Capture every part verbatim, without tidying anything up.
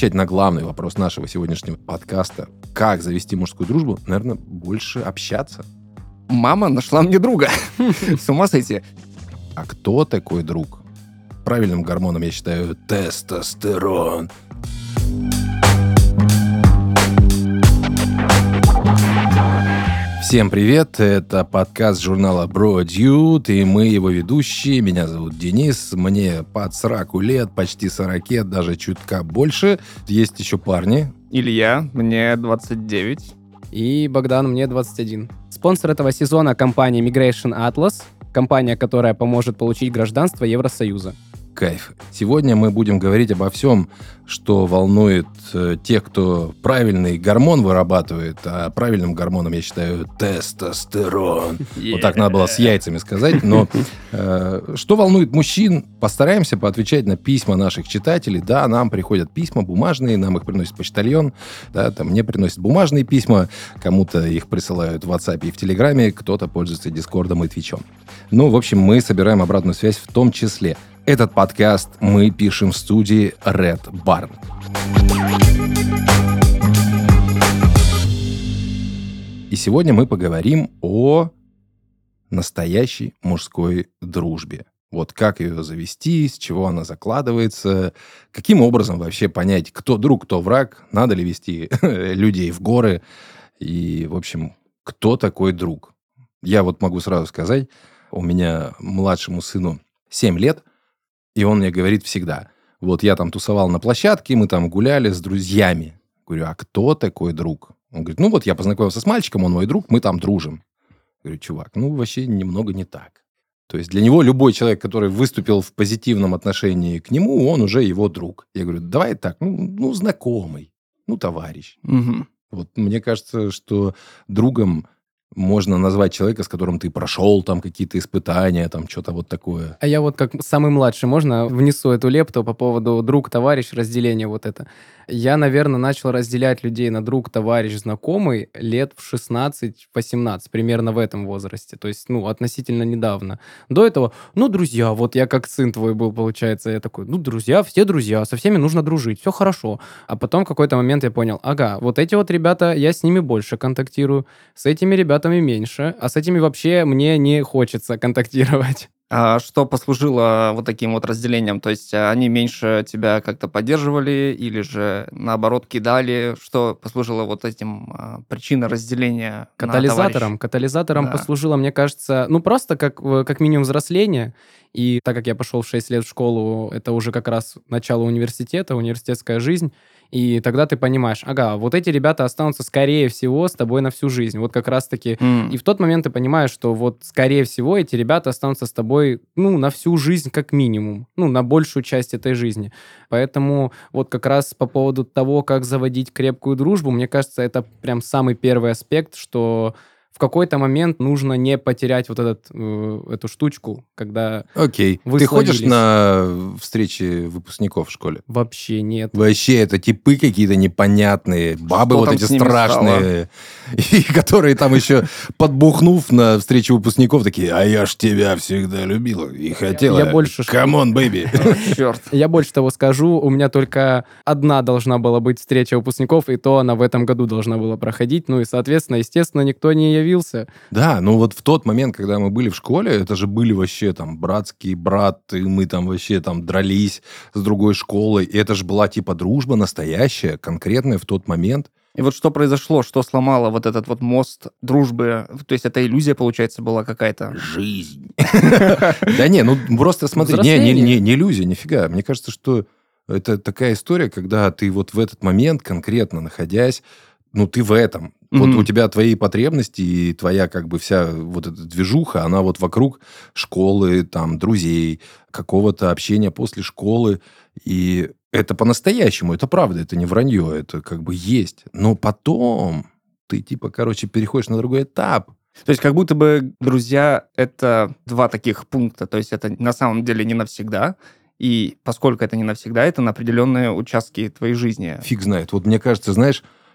отвечать на главный вопрос нашего сегодняшнего подкаста, как завести мужскую дружбу, наверное, больше общаться. Мама нашла мне друга. С ума сойти. А кто такой друг? Правильным гормоном я считаю тестостерон. Всем привет, это подкаст журнала Bro Dude, и мы его ведущие. Меня зовут Денис, мне под сороку лет, почти сорок, даже чутка больше. Есть еще парни. Илья, мне двадцать девять. И Богдан, мне двадцать один. Спонсор этого сезона — компания Migration Atlas, компания, которая поможет получить гражданство Евросоюза. Кайф. Сегодня мы будем говорить обо всем, что волнует э, тех, кто правильный гормон вырабатывает, а правильным гормоном я считаю тестостерон. Yeah. Вот так надо было с яйцами сказать. Но э, что волнует мужчин, постараемся поотвечать на письма наших читателей. Да, нам приходят письма бумажные, нам их приносит почтальон. Да, там мне приносят бумажные письма, кому-то их присылают в WhatsApp и в Телеграме, кто-то пользуется Дискордом и Твичом. Ну, в общем, мы собираем обратную связь в том числе. Этот подкаст мы пишем в студии Red Barn. И сегодня мы поговорим о настоящей мужской дружбе. Вот как ее завести, с чего она закладывается, каким образом вообще понять, кто друг, кто враг, надо ли вести людей в горы и, в общем, кто такой друг. Я вот могу сразу сказать, у меня младшему сыну семь лет, и он мне говорит всегда, вот я там тусовал на площадке, мы там гуляли с друзьями. Говорю, а кто такой друг? Он говорит, ну вот я познакомился с мальчиком, он мой друг, мы там дружим. Говорю, чувак, ну вообще немного не так. То есть для него любой человек, который выступил в позитивном отношении к нему, он уже его друг. Я говорю, давай так, ну, ну знакомый, ну товарищ. Угу. Вот мне кажется, что другом можно назвать человека, с которым ты прошел там какие-то испытания, там что-то вот такое. А я вот как самый младший, можно внесу эту лепту по поводу друг, товарищ, разделение вот это. Я, наверное, начал разделять людей на друг, товарищ, знакомый лет в шестнадцать-восемнадцать, примерно в этом возрасте. То есть, ну, относительно недавно. До этого, ну, друзья, вот я как сын твой был, получается, я такой, ну, друзья, все друзья, со всеми нужно дружить, все хорошо. А потом в какой-то момент я понял, ага, вот эти вот ребята, я с ними больше контактирую, с этими ребятами меньше, а с этими вообще мне не хочется контактировать. А что послужило вот таким вот разделением? То есть они меньше тебя как-то поддерживали или же, наоборот, кидали? Что послужило вот этим а, причиной разделения? Катализатором. Катализатором Да. послужило, мне кажется, ну просто как, как минимум взросление. И так как я пошел в шесть лет в школу, это уже как раз начало университета, университетская жизнь. И тогда ты понимаешь, ага, вот эти ребята останутся, скорее всего, с тобой на всю жизнь. Вот как раз-таки. Mm. И в тот момент ты понимаешь, что вот, скорее всего, эти ребята останутся с тобой, ну, на всю жизнь как минимум. Ну, на большую часть этой жизни. Поэтому вот как раз по поводу того, как заводить крепкую дружбу, мне кажется, это прям самый первый аспект, что в какой-то момент нужно не потерять вот этот, э, эту штучку, когда Окей. вы Ты ходишь словились. на встречи выпускников в школе? Вообще нет. Вообще, это типы какие-то непонятные, бабы Что вот там эти с ними страшные, и которые там еще, подбухнув на встрече выпускников, такие, а я ж тебя всегда любила и хотела. Я больше- Come on, baby. Черт. Я больше того скажу, у меня только одна должна была быть встреча выпускников, и то она в этом году должна была проходить. Ну и, соответственно, естественно, никто не явился. Да, ну вот в тот момент, когда мы были в школе, это же были вообще там братские браты, мы там вообще там дрались с другой школой, и это же была типа дружба настоящая, конкретная в тот момент. И вот что произошло, что сломало вот этот вот мост дружбы? То есть это иллюзия, получается, была какая-то? Жизнь. Да не, ну просто смотри, не, не, не, не иллюзия, нифига. Мне кажется, что это такая история, когда ты вот в этот момент конкретно находясь, ну ты в этом. Вот Мгм. у тебя твои потребности и твоя как бы вся вот эта движуха, она вот вокруг школы, там, друзей, какого-то общения после школы. И это по-настоящему, это правда, это не вранье, это как бы есть. Но потом ты типа, короче, переходишь на другой этап. То есть как будто бы друзья — это два таких пункта. То есть это на самом деле не навсегда. И поскольку это не навсегда, это на определенные участки твоей жизни. Фиг знает. Вот мне кажется, знаешь,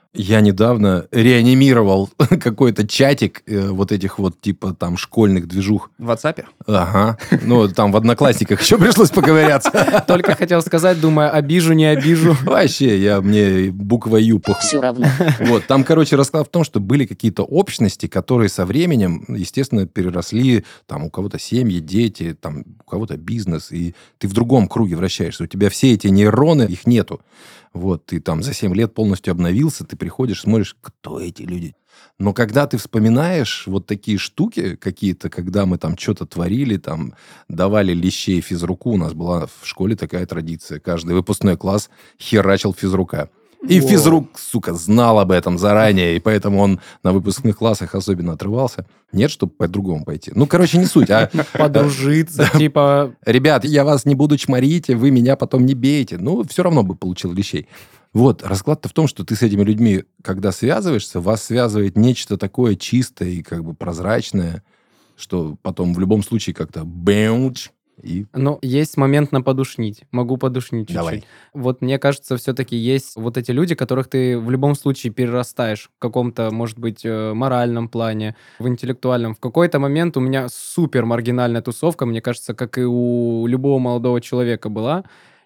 Я недавно реанимировал какой-то чатик э, вот этих вот типа там школьных движух. В WhatsApp? Ага. Ну, там в Одноклассниках еще пришлось поковыряться. Только хотел сказать, думаю, обижу, не обижу. Вообще, я мне буква Ю похуй. Все равно. Вот, там, короче, расклад в том, что были какие-то общности, которые со временем, естественно, переросли, там, у кого-то семьи, дети, там, у кого-то бизнес, и ты в другом круге вращаешься. У тебя все эти нейроны, их нету. Вот, ты там за семь лет полностью обновился, ты приходишь, смотришь, кто эти люди. Но когда ты вспоминаешь вот такие штуки какие-то, когда мы там что-то творили, там, давали лещей физруку, у нас была в школе такая традиция. Каждый выпускной класс херачил физрука. И Во. физрук, сука, знал об этом заранее, и поэтому он на выпускных классах особенно отрывался. Нет, чтобы по-другому пойти. Ну, короче, не суть, а... Подружиться, типа... Ребят, я вас не буду чморить, вы меня потом не бейте. Ну, все равно бы получил лещей. Вот, расклад-то в том, что ты с этими людьми, когда связываешься, вас связывает нечто такое чистое и как бы прозрачное, что потом в любом случае как-то бэуч, и... Ну, есть момент на подушнить. Могу подушнить чуть-чуть. Давай. Вот мне кажется, все-таки есть вот эти люди, которых ты в любом случае перерастаешь в каком-то, может быть, э, моральном плане, в интеллектуальном. В какой-то момент у меня супер маргинальная тусовка, мне кажется, как и у любого молодого человека была.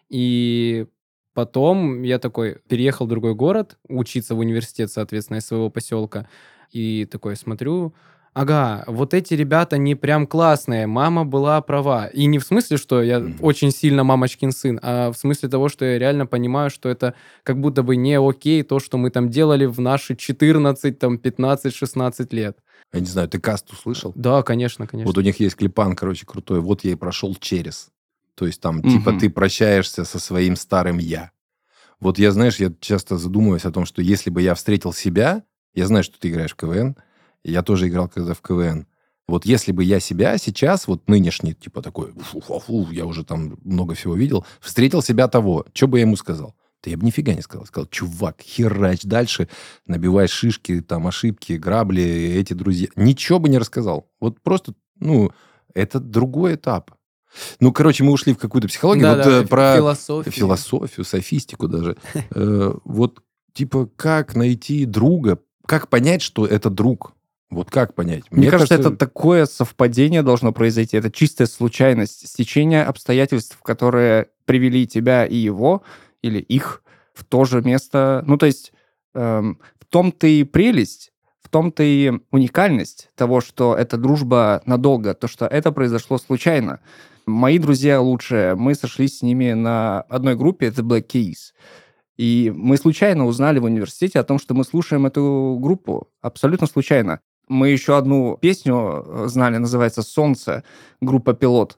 И потом я такой переехал в другой город, учиться в университет, соответственно, из своего поселка. И такой смотрю... Ага, вот эти ребята не прям классные, мама была права. И не в смысле, что я Мгм. очень сильно мамочкин сын, а в смысле того, что я реально понимаю, что это как будто бы не окей, то, что мы там делали в наши четырнадцать, там, пятнадцать, шестнадцать лет. Я не знаю, ты касту слышал? Да, конечно, конечно. Вот у них есть клипан, короче, крутой. Вот я и прошел через. То есть там, типа, Мгм. ты прощаешься со своим старым «я». Вот я, знаешь, я часто задумываюсь о том, что если бы я встретил себя, я знаю, что ты играешь в КВН, я тоже играл когда в КВН. Вот если бы я себя сейчас, вот нынешний, типа такой, фу-фу-фу, я уже там много всего видел, встретил себя того, что бы я ему сказал? Да я бы нифига не сказал. Сказал, чувак, херач дальше, набивай шишки, там, ошибки, грабли, эти друзья. Ничего бы не рассказал. Вот просто, ну, это другой этап. Ну, короче, мы ушли в какую-то психологию. Да, вот да, э, про философию. философию, софистику даже. Э, Вот, типа, как найти друга, как понять, что это друг? Вот как понять? Мне, кажется, это такое совпадение должно произойти. Это чистая случайность, стечение обстоятельств, которые привели тебя и его, или их, в то же место. Ну, то есть эм, в том-то и прелесть, в том-то и уникальность того, что эта дружба надолго, то, что это произошло случайно. Мои друзья лучшие, мы сошлись с ними на одной группе, это Black Keys. И мы случайно узнали в университете о том, что мы слушаем эту группу. Абсолютно случайно. Мы еще одну песню знали, называется «Солнце», группа «Пилот».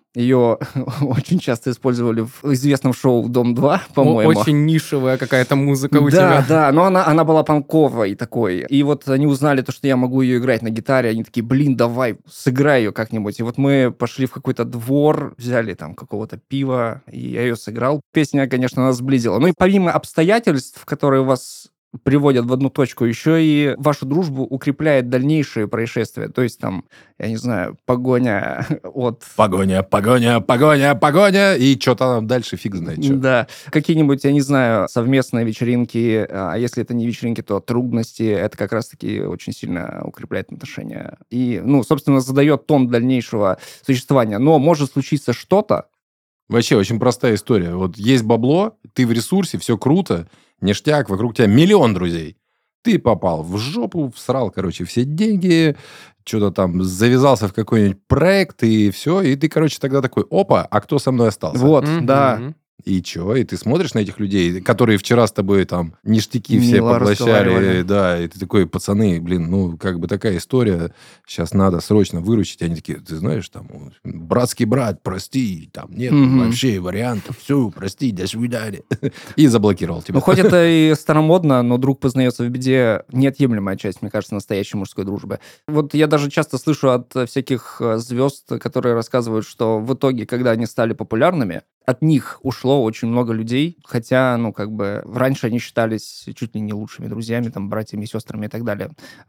Ее очень часто использовали в известном шоу «Дом-два», по-моему. Очень нишевая какая-то музыка у да, тебя. Да, да, но она, она была панковой такой. И вот они узнали то, что я могу ее играть на гитаре, они такие, блин, давай, сыграй ее как-нибудь. И вот мы пошли в какой-то двор, взяли там какого-то пива, и я ее сыграл. Песня, конечно, нас сблизила. Ну и помимо обстоятельств, которые вас приводят в одну точку, еще и вашу дружбу укрепляет дальнейшие происшествия. То есть там, я не знаю, погоня от... Погоня, погоня, погоня, погоня, и что-то там дальше фиг знает что. Да. Какие-нибудь, я не знаю, совместные вечеринки, а если это не вечеринки, то трудности, это как раз-таки очень сильно укрепляет отношения. И, ну, собственно, задает тон дальнейшего существования. Но может случиться что-то. Вообще очень простая история. Вот есть бабло, ты в ресурсе, все круто, ништяк, вокруг тебя миллион друзей. Ты попал в жопу, всрал, короче, все деньги, что-то там завязался в какой-нибудь проект, и все. И ты, короче, тогда такой, опа, а кто со мной остался? Вот, Мгм. да. И чё? И ты смотришь на этих людей, которые вчера с тобой там ништяки все Мило поглощали, разговаривали. да, и ты такой, пацаны, блин, ну, как бы такая история, сейчас надо срочно выручить. Они такие, ты знаешь, там, братский брат, прости, там, нет Мгм. вообще вариантов, все, прости, до свидания. И заблокировал тебя. Ну, хоть это и старомодно, но друг познается в беде — неотъемлемая часть, мне кажется, настоящей мужской дружбы. Вот я даже часто слышу от всяких э, звезд, которые рассказывают, что в итоге, когда они стали популярными, от них ушло очень много людей, хотя, ну, как бы, раньше они считались чуть ли не лучшими друзьями, там, братьями, сестрами и так далее.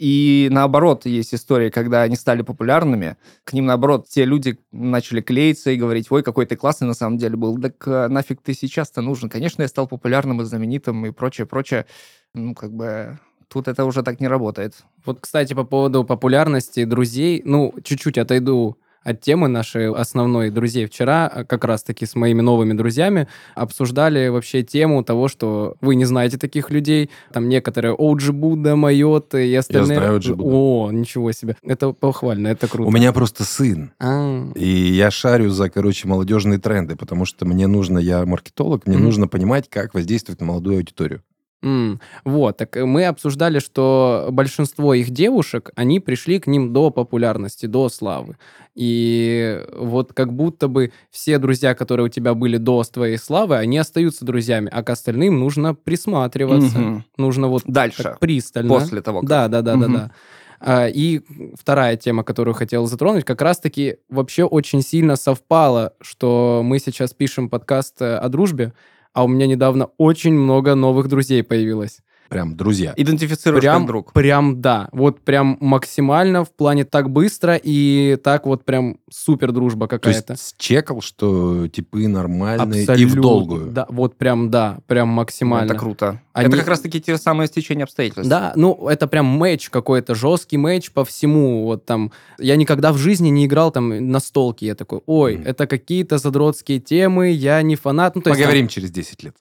И наоборот, есть истории, когда они стали популярными, к ним, наоборот, те люди начали клеиться и говорить, ой, какой ты классный на самом деле был, так а, нафиг ты сейчас-то нужен? Конечно, я стал популярным и знаменитым и прочее, прочее. Ну, как бы... Тут это уже так не работает. Вот, кстати, по поводу популярности друзей, ну, чуть-чуть отойду от темы нашей основной друзей. Вчера как раз-таки с моими новыми друзьями обсуждали вообще тему того, что вы не знаете таких людей. Там некоторые Оуджи Будда, Майот и остальные. Я знаю Оуджи Будда. О, ничего себе. Это похвально, это круто. У меня просто сын. А. И я шарю за, короче, молодежные тренды, потому что мне нужно, я маркетолог, мне mm-hmm. нужно понимать, как воздействовать на молодую аудиторию. Mm. Вот, так мы обсуждали, что большинство их девушек, они пришли к ним до популярности, до славы. И вот как будто бы все друзья, которые у тебя были до твоей славы, они остаются друзьями, а к остальным нужно присматриваться. Mm-hmm. Нужно вот дальше, так пристально. После того, как... Да, да, да, mm-hmm. да, да. И вторая тема, которую хотел затронуть, как раз-таки вообще очень сильно совпало, что мы сейчас пишем подкаст о дружбе, а у меня недавно очень много новых друзей появилось. Прям друзья. Идентифицируешь прям, как друг. Прям, да. Вот прям максимально в плане так быстро и так вот прям супер дружба какая-то. То есть чекал, что типы нормальные Абсолютно, и в долгую. Да, вот прям, да, прям максимально. Это круто. Они... Это как раз-таки те самые стечения обстоятельств. Да, ну, это прям матч какой-то, жесткий матч по всему. Вот там, я никогда в жизни не играл там на столке. Я такой, ой, mm. это какие-то задротские темы, я не фанат. Ну, то Поговорим есть, там... через десять лет.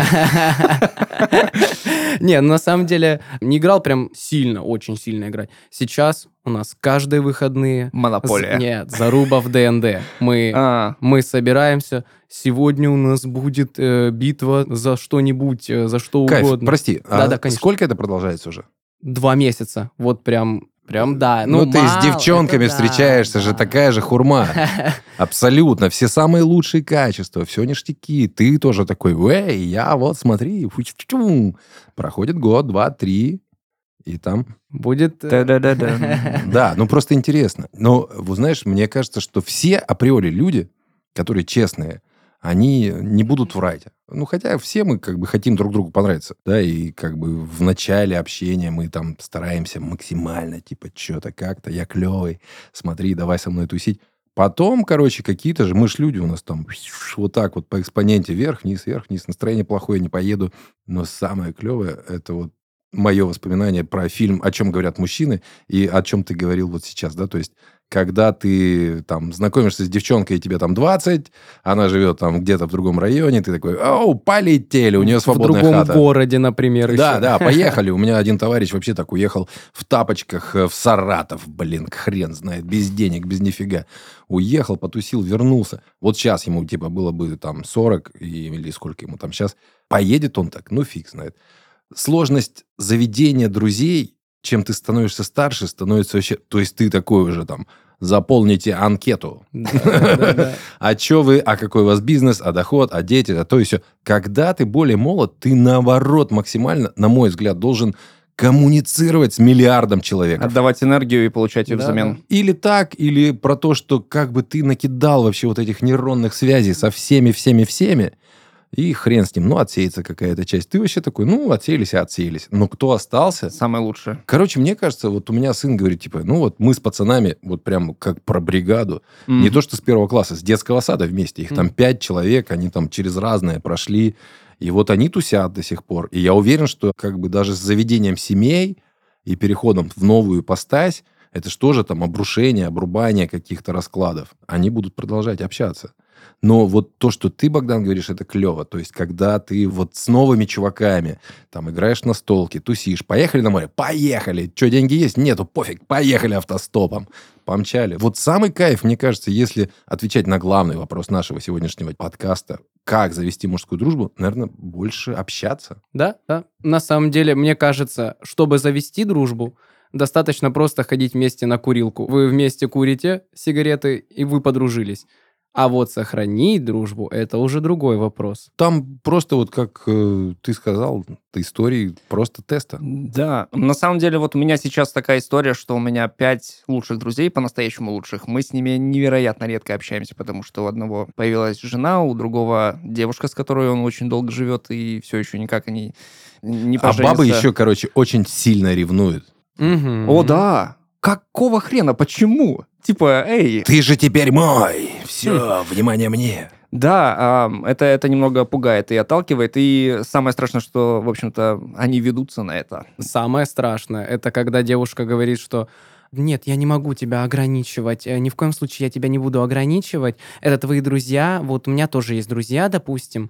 Не, на самом деле, не играл прям сильно, очень сильно играть. Сейчас у нас каждые выходные... Монополия. Нет, заруба в ДНД. Мы, а. мы собираемся. Сегодня у нас будет э, битва за что-нибудь, э, за что Кайф, угодно. прости, да, а да, конечно. Сколько это продолжается уже? Два месяца. Вот прям... Прям да. Ну, ну ты мало, с девчонками встречаешься да, же, да. такая же хурма. Абсолютно. Все самые лучшие качества, все ништяки. Ты тоже такой, эй, я вот, смотри. Проходит год, два, три, и там... Будет... Да, ну просто интересно. Но, вы знаешь, мне кажется, что все априори люди, которые честные, они не будут врать. Ну, хотя все мы как бы хотим друг другу понравиться, да, и как бы в начале общения мы там стараемся максимально, типа, что-то как-то, я клевый, смотри, давай со мной тусить. Потом, короче, какие-то же, мы ж люди у нас там вот так вот по экспоненте вверх-вниз, вверх-вниз, настроение плохое, не поеду. Но самое клевое, это вот мое воспоминание про фильм «О чем говорят мужчины» и о чем ты говорил вот сейчас, да, то есть когда ты там знакомишься с девчонкой, и тебе там двадцать, она живет там где-то в другом районе, ты такой, оу, полетели, у нее свободная хата. В другом хата. городе, например, Да, еще. да, поехали. У меня один товарищ вообще так уехал в тапочках в Саратов, блин, хрен знает, без денег, без нифига. Уехал, потусил, вернулся. Вот сейчас ему типа было бы там сорок, или сколько ему там сейчас. Поедет он так, ну фиг знает. Сложность заведения друзей, чем ты становишься старше, становится вообще... То есть ты такой уже там, заполните анкету. А что вы, а какой у вас бизнес, а доход, а дети, а то и все. Когда ты более молод, ты наоборот максимально, на мой взгляд, должен коммуницировать с миллиардом человек. Отдавать энергию и получать ее взамен. Или так, или про то, что как бы ты накидал вообще вот этих нейронных связей со всеми-всеми-всеми, и хрен с ним, ну, отсеется какая-то часть. Ты вообще такой, ну, отсеялись и отсеялись. Но кто остался? Самое лучшее. Короче, мне кажется, вот у меня сын говорит, типа, ну, вот мы с пацанами, вот прям как про бригаду, mm. не то что с первого класса, с детского сада вместе. Их mm. там пять человек, они там через разное прошли. И вот они тусят до сих пор. И я уверен, что как бы даже с заведением семей и переходом в новую ипостась, это же тоже там обрушение, обрубание каких-то раскладов. Они будут продолжать общаться. Но вот то, что ты, Богдан, говоришь, это клево. То есть, когда ты вот с новыми чуваками там играешь на столке, тусишь, поехали на море? Поехали! Что, деньги есть? Нету, пофиг, поехали автостопом. Помчали. Вот самый кайф, мне кажется, если отвечать на главный вопрос нашего сегодняшнего подкаста, как завести мужскую дружбу, наверное, больше общаться. Да, да. На самом деле, мне кажется, чтобы завести дружбу, достаточно просто ходить вместе на курилку. Вы вместе курите сигареты, и вы подружились. А вот сохранить дружбу – это уже другой вопрос. Там просто вот, как э, ты сказал, истории просто теста. Да. На самом деле, вот у меня сейчас такая история, что у меня пять лучших друзей, по-настоящему лучших. Мы с ними невероятно редко общаемся, потому что у одного появилась жена, у другого девушка, с которой он очень долго живет, и все еще никак они не поженятся. А бабы еще, короче, очень сильно ревнуют. Угу. О, да. Какого хрена? Почему? Типа, эй... Ты же теперь мой! Все, внимание мне! Да, а, это, это немного пугает и отталкивает. И самое страшное, что, в общем-то, они ведутся на это. Самое страшное, это когда девушка говорит, что нет, я не могу тебя ограничивать, э, ни в коем случае я тебя не буду ограничивать. Это твои друзья, вот у меня тоже есть друзья, допустим,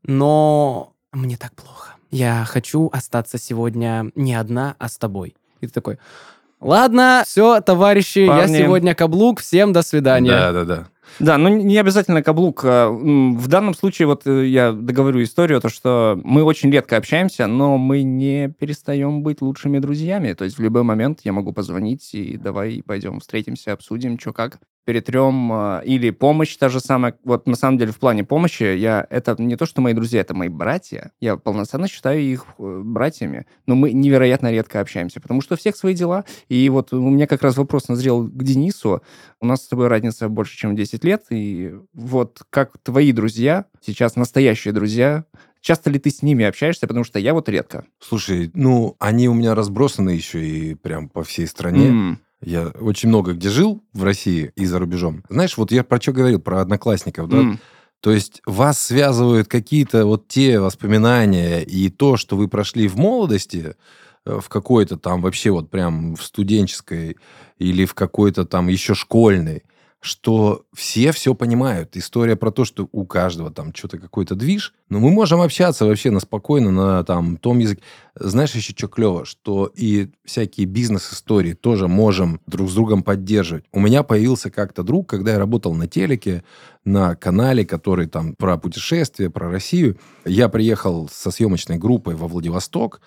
но мне так плохо. Я хочу остаться сегодня не одна, а с тобой. И ты такой, ладно, все, товарищи, Парни. я сегодня каблук, всем до свидания. Да-да-да. Да, но не обязательно каблук. А, м, В данном случае, вот э, я договорю историю, то, что мы очень редко общаемся, но мы не перестаем быть лучшими друзьями. То есть в любой момент я могу позвонить и давай пойдем встретимся, обсудим, что как, перетрем. а, Или помощь та же самая. Вот на самом деле в плане помощи я это не то, что мои друзья, это мои братья. Я полноценно считаю их э, братьями. Но мы невероятно редко общаемся, потому что у всех свои дела. И вот у меня как раз вопрос назрел к Денису. У нас с тобой разница больше, чем десять лет, и вот как твои друзья, сейчас настоящие друзья, часто ли ты с ними общаешься, потому что я вот редко. Слушай, ну, они у меня разбросаны еще и прям по всей стране. М, Я очень много где жил в России и за рубежом. Знаешь, вот я про что говорил, про одноклассников, да? м. То есть вас связывают какие-то вот те воспоминания и то, что вы прошли в молодости, э, в какой-то там вообще вот прям в студенческой или в какой-то там еще школьной, что все все понимают. История про то, что у каждого там что-то какой-то движ, но мы можем общаться вообще на спокойно на там том языке. Знаешь, еще что клево, что и всякие бизнес-истории тоже можем друг с другом поддерживать. У меня появился как-то друг, когда я работал на телеке, на канале, который там про путешествия, про Россию. Я приехал со съемочной группой во Владивосток,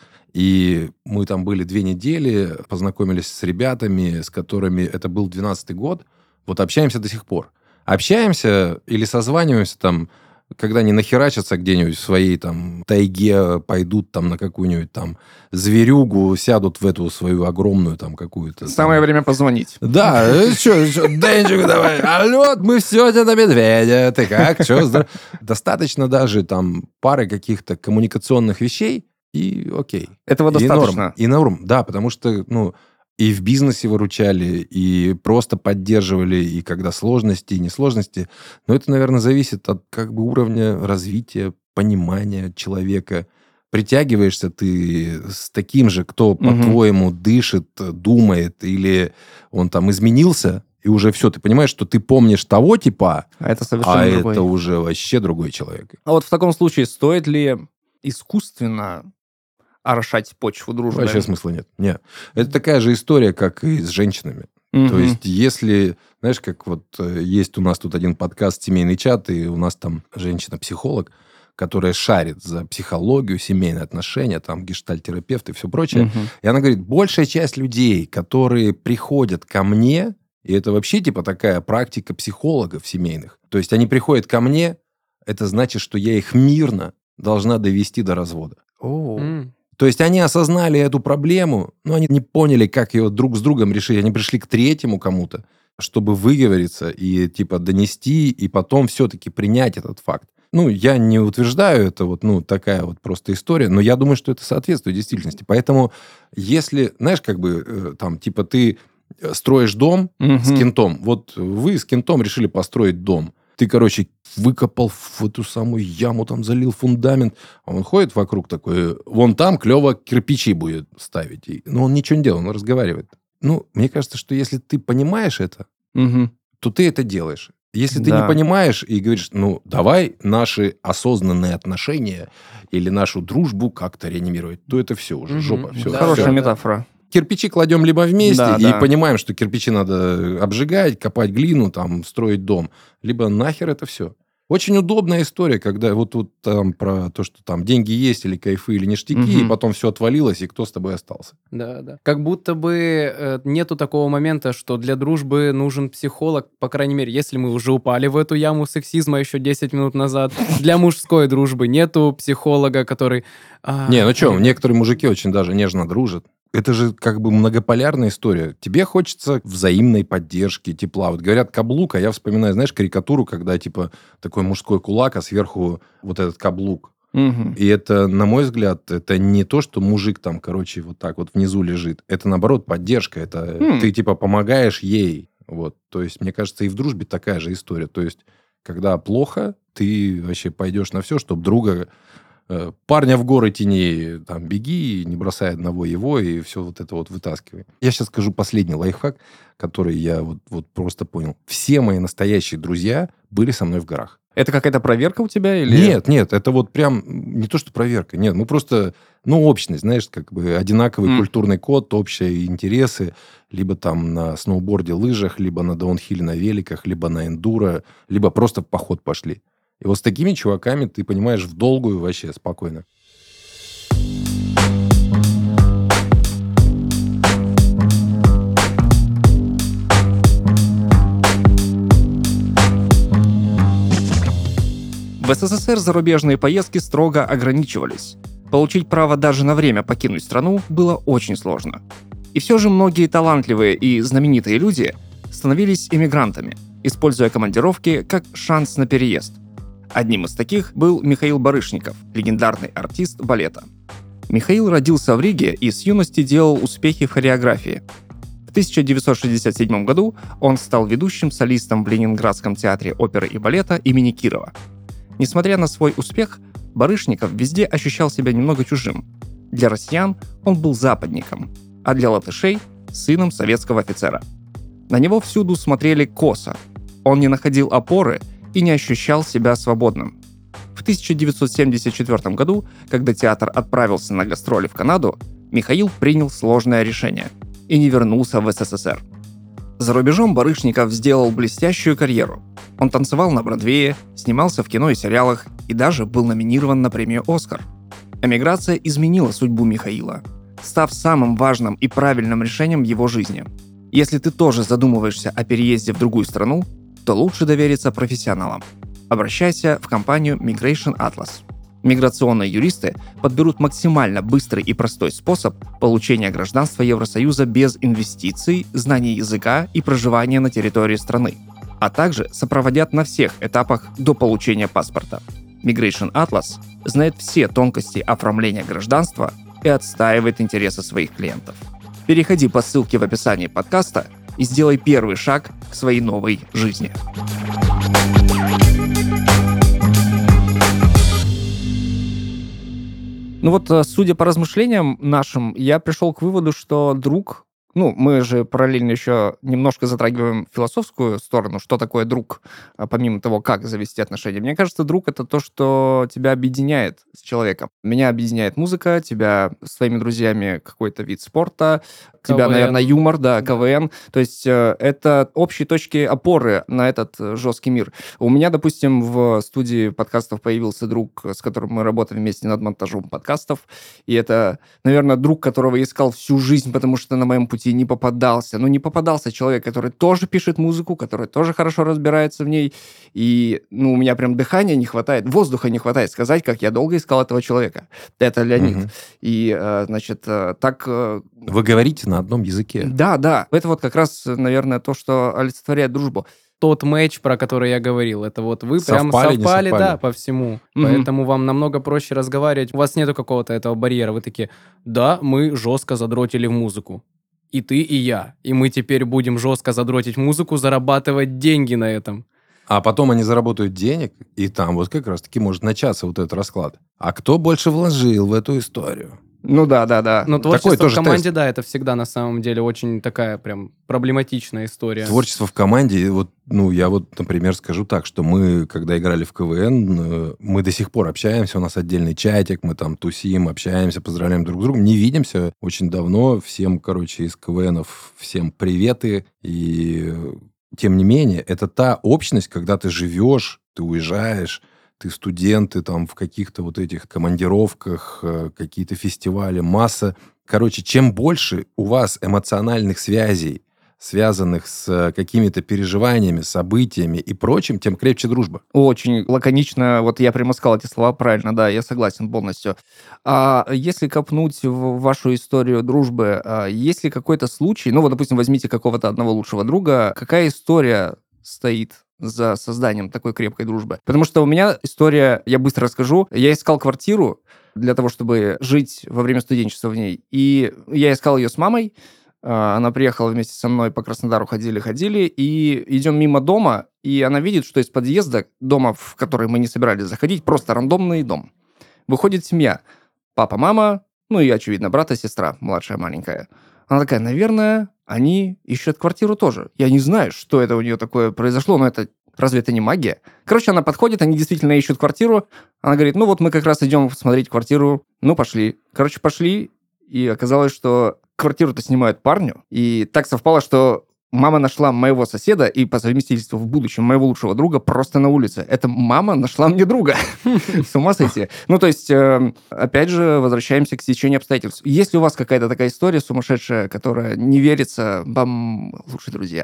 и мы там были две недели, познакомились с ребятами, с которыми это был двенадцатый год. Вот общаемся до сих пор. Общаемся или созваниваемся там, когда они нахерачатся где-нибудь в своей там тайге, пойдут там на какую-нибудь там зверюгу, сядут в эту свою огромную там какую-то... Самое там... время позвонить. Да, что, Денчик, давай, алло, мы все тебе на медведя, ты как, что? Достаточно даже там пары каких-то коммуникационных вещей, и окей. Этого И достаточно. норм, и норм, да, потому что, ну, и в бизнесе выручали, и просто поддерживали, и когда сложности, и несложности. Но это, наверное, зависит от как бы уровня развития, понимания человека. Притягиваешься ты с таким же, кто, Мгм. по-твоему, дышит, думает, или он там изменился, и уже все, ты понимаешь, что ты помнишь того типа, А это совершенно а другой. это уже вообще другой человек. А вот в таком случае стоит ли искусственно орошать почву дружбы? Вообще смысла нет. Нет. Это такая же история, как и с женщинами. Мгм. То есть, если, знаешь, как вот э, есть у нас тут один подкаст «Семейный чат», и у нас там женщина-психолог, которая шарит за психологию, семейные отношения, там, гештальт-терапевт и все прочее. Мгм. И она говорит, большая часть людей, которые приходят ко мне, и это вообще типа такая практика психологов семейных, то есть они приходят ко мне, это значит, что я их мирно должна довести до развода. О. М. То есть они осознали эту проблему, но они не поняли, как ее друг с другом решить. Они пришли к третьему кому-то, чтобы выговориться и типа донести, и потом все-таки принять этот факт. Ну, я не утверждаю, это вот, ну, такая вот просто история, но я думаю, что это соответствует действительности. Поэтому, если, знаешь, как бы, э, там, типа, ты строишь дом Мгм. с кентом, вот вы с кентом решили построить дом. Ты, короче, выкопал в эту самую яму, там залил фундамент, а он ходит вокруг такой, вон там клево кирпичи будет ставить. И- Но он ничего не делает, он разговаривает. Ну, мне кажется, что если ты понимаешь это, Мгм. то ты это делаешь. Если ты Да. не понимаешь и говоришь, ну, давай наши осознанные отношения или нашу дружбу как-то реанимировать, то это все уже, Мгм. жопа. Все, Да, Хорошая да. метафора. Кирпичи кладем либо вместе Да, и да. понимаем, что кирпичи надо обжигать, копать глину, там, строить дом, либо нахер это все. Очень удобная история, когда вот тут там про то, что там деньги есть или кайфы, или ништяки, Мгм. и потом все отвалилось, и кто с тобой остался. Да, да. Как будто бы э, нету такого момента, что для дружбы нужен психолог, по крайней мере, если мы уже упали в эту яму сексизма еще десять минут назад. Для мужской дружбы нету психолога, который... а, Не, ну что, ребят, некоторые мужики очень даже нежно дружат. Это же как бы многополярная история. Тебе хочется взаимной поддержки, тепла. Вот говорят каблук, а я вспоминаю, знаешь, карикатуру, когда типа такой мужской кулак, а сверху вот этот каблук. Мгм. И это, на мой взгляд, это не то, что мужик там, короче, вот так вот внизу лежит. Это, наоборот, поддержка. Это Хм. ты, типа, помогаешь ей. Вот. То есть, мне кажется, и в дружбе такая же история. То есть, Когда плохо, ты вообще пойдешь на все, чтобы друга... э, Парня в горы тяни, там, беги, не бросай одного его, и все вот это вот вытаскивай. Я сейчас скажу последний лайфхак, который я вот, вот просто понял. Все мои настоящие друзья были со мной в горах. Это какая-то проверка у тебя? Или... Нет, нет, это вот прям не то, что проверка. Нет, мы просто, ну, общность, знаешь, как бы одинаковый М. культурный код, общие интересы, либо там на сноуборде, лыжах, либо на даунхилле на великах, либо на эндуро, либо просто в поход пошли. И вот с такими чуваками ты понимаешь в долгую вообще спокойно. В СССР зарубежные поездки строго ограничивались. Получить право даже на время покинуть страну было очень сложно. И все же многие талантливые и знаменитые люди становились эмигрантами, используя командировки как шанс на переезд. Одним из таких был Михаил Барышников, легендарный артист балета. Михаил родился в Риге и с юности делал успехи в хореографии. В тысяча девятьсот шестьдесят седьмом году он стал ведущим солистом в Ленинградском театре оперы и балета имени Кирова. Несмотря на свой успех, Барышников везде ощущал себя немного чужим. Для россиян он был западником, а для латышей – сыном советского офицера. На него всюду смотрели косо. Он не находил опоры и не ощущал себя свободным. В тысяча девятьсот семьдесят четвёртом году, когда театр отправился на гастроли в Канаду, Михаил принял сложное решение и не вернулся в СССР. За рубежом Барышников сделал блестящую карьеру. Он танцевал на Бродвее, снимался в кино и сериалах и даже был номинирован на премию «Оскар». Эмиграция изменила судьбу Михаила, став самым важным и правильным решением в его жизни. Если ты тоже задумываешься о переезде в другую страну, то лучше довериться профессионалам. Обращайся в компанию Migration Atlas. Миграционные юристы подберут максимально быстрый и простой способ получения гражданства Евросоюза без инвестиций, знаний языка и проживания на территории страны, а также сопроводят на всех этапах до получения паспорта. Migration Atlas знает все тонкости оформления гражданства и отстаивает интересы своих клиентов. Переходи по ссылке в описании подкаста и сделай первый шаг к своей новой жизни. Ну вот, судя по размышлениям нашим, я пришел к выводу, что друг... Ну, мы же параллельно еще немножко затрагиваем философскую сторону, что такое друг, помимо того, как завести отношения. Мне кажется, друг — это то, что тебя объединяет с человеком. Меня объединяет музыка, тебя с твоими друзьями какой-то вид спорта, тебя, КВН. наверное, юмор, да, КВН. То есть э, это общие точки опоры на этот э, жесткий мир. У меня, допустим, в студии подкастов появился друг, с которым мы работаем вместе над монтажом подкастов, и это, наверное, друг, которого я искал всю жизнь, потому что на моем пути не попадался. Но не попадался человек, который тоже пишет музыку, который тоже хорошо разбирается в ней, и, ну, у меня прям дыхания не хватает, воздуха не хватает сказать, как я долго искал этого человека. Это Леонид. Мгм. И, э, значит, э, так... э, Вы говорите на одном языке. Да, да. Это вот как раз, наверное, то, что олицетворяет дружбу. Тот матч, про который я говорил, это вот вы прям Совпали, не совпали, совпали? да, по всему. Мгм. Поэтому вам намного проще разговаривать. У вас нету какого-то этого барьера. Вы такие, да, мы жестко задротили в музыку. И ты, и я. И мы теперь будем жестко задротить музыку, зарабатывать деньги на этом. А потом они заработают денег, и там вот как раз-таки может начаться вот этот расклад. А кто больше вложил в эту историю? Ну да, да, да. Но творчество в тоже команде, тест. да, это всегда на самом деле очень такая прям проблематичная история. Творчество в команде, вот, ну, я вот, например, скажу так, что мы, когда играли в КВН, э, мы до сих пор общаемся, у нас отдельный чатик, мы там тусим, общаемся, поздравляем друг друга, не видимся очень давно, всем, короче, из КВНов, всем приветы, и э, тем не менее, это та общность, когда ты живешь, ты уезжаешь, ты студент, ты там в каких-то вот этих командировках, э, какие-то фестивали, масса. Короче, чем больше у вас эмоциональных связей, связанных с какими-то переживаниями, событиями и прочим, тем крепче дружба. Очень лаконично, вот я прямо сказал эти слова правильно, да, я согласен полностью. А если копнуть в вашу историю дружбы, а есть ли какой-то случай, ну вот, допустим, возьмите какого-то одного лучшего друга, какая история стоит за созданием такой крепкой дружбы? Потому что у меня история, я быстро расскажу, я искал квартиру для того, чтобы жить во время студенчества в ней, и я искал ее с мамой. Она приехала вместе со мной по Краснодару, ходили-ходили, и идем мимо дома, и она видит, что из подъезда дома, в который мы не собирались заходить, просто рандомный дом, выходит семья. Папа, мама, ну и, очевидно, брат и сестра, младшая, маленькая. Она такая, наверное, они ищут квартиру тоже. Я не знаю, что это у нее такое произошло, но это разве это не магия? Короче, она подходит, они действительно ищут квартиру. Она говорит, ну вот мы как раз идем смотреть квартиру. Ну, пошли. Короче, пошли, и оказалось, что квартиру-то снимают парню. И так совпало, что мама нашла моего соседа и по совместительству в будущем моего лучшего друга просто на улице. Это мама нашла мне друга. С ума сойти. Ну, то есть, опять же, возвращаемся к стечению обстоятельств. Есть ли у вас какая-то такая история сумасшедшая, которая не верится вам, лучшие друзья?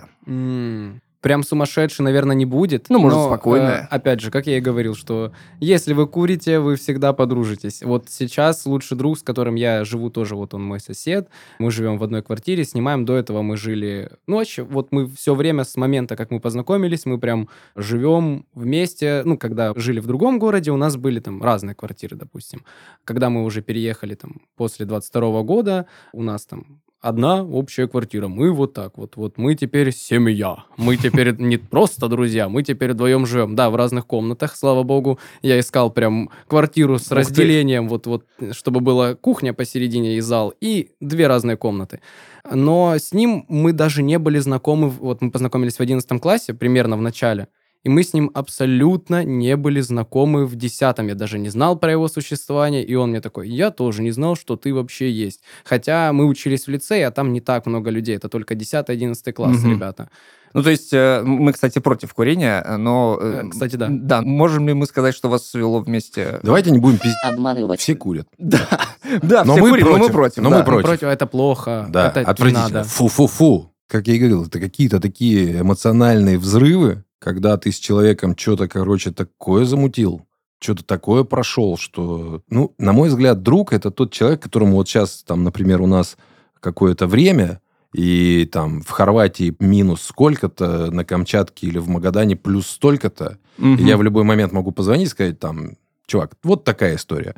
Прям сумасшедший, наверное, не будет. Ну, может, но, спокойно. Э, опять же, как я и говорил, что если вы курите, вы всегда подружитесь. Вот сейчас лучший друг, с которым я живу тоже, вот он мой сосед. Мы живем в одной квартире, снимаем. До этого мы жили ночь. Вот мы все время с момента, как мы познакомились, мы прям живем вместе. Ну, когда жили в другом городе, у нас были там разные квартиры, допустим. Когда мы уже переехали там после двадцать второго года, у нас там одна общая квартира. Мы вот так вот. Вот мы теперь семья. Мы теперь не просто друзья, мы теперь вдвоем живем. Да, в разных комнатах, слава богу. Я искал прям квартиру с Ух разделением, вот, вот, чтобы была кухня посередине и зал, и две разные комнаты. Но с ним мы даже не были знакомы. Вот мы познакомились в одиннадцатом классе, примерно в начале. И мы с ним абсолютно не были знакомы в десятом. Я даже не знал про его существование. И он мне такой, я тоже не знал, что ты вообще есть. Хотя мы учились в лицее, а там не так много людей. Это только десятый-одиннадцатый класс, Мгм. ребята. Ну, то есть, э, мы, кстати, против курения, но... э, Э, кстати, да. Да, можем ли мы сказать, что вас свело вместе? Давайте не будем пиздить. Обманывать. Все курят. Да, да, Но все мы курим, но мы против, против. но да. мы против. Это плохо. Да, это не отвратительно. надо. Фу-фу-фу. Как я и говорил, это какие-то такие эмоциональные взрывы, когда ты с человеком что-то, короче, такое замутил, что-то такое прошел, что... Ну, на мой взгляд, друг – это тот человек, которому вот сейчас, там, например, у нас какое-то время, и там в Хорватии минус сколько-то, на Камчатке или в Магадане плюс столько-то, Мгм. и я в любой момент могу позвонить и сказать, там, чувак, вот такая история.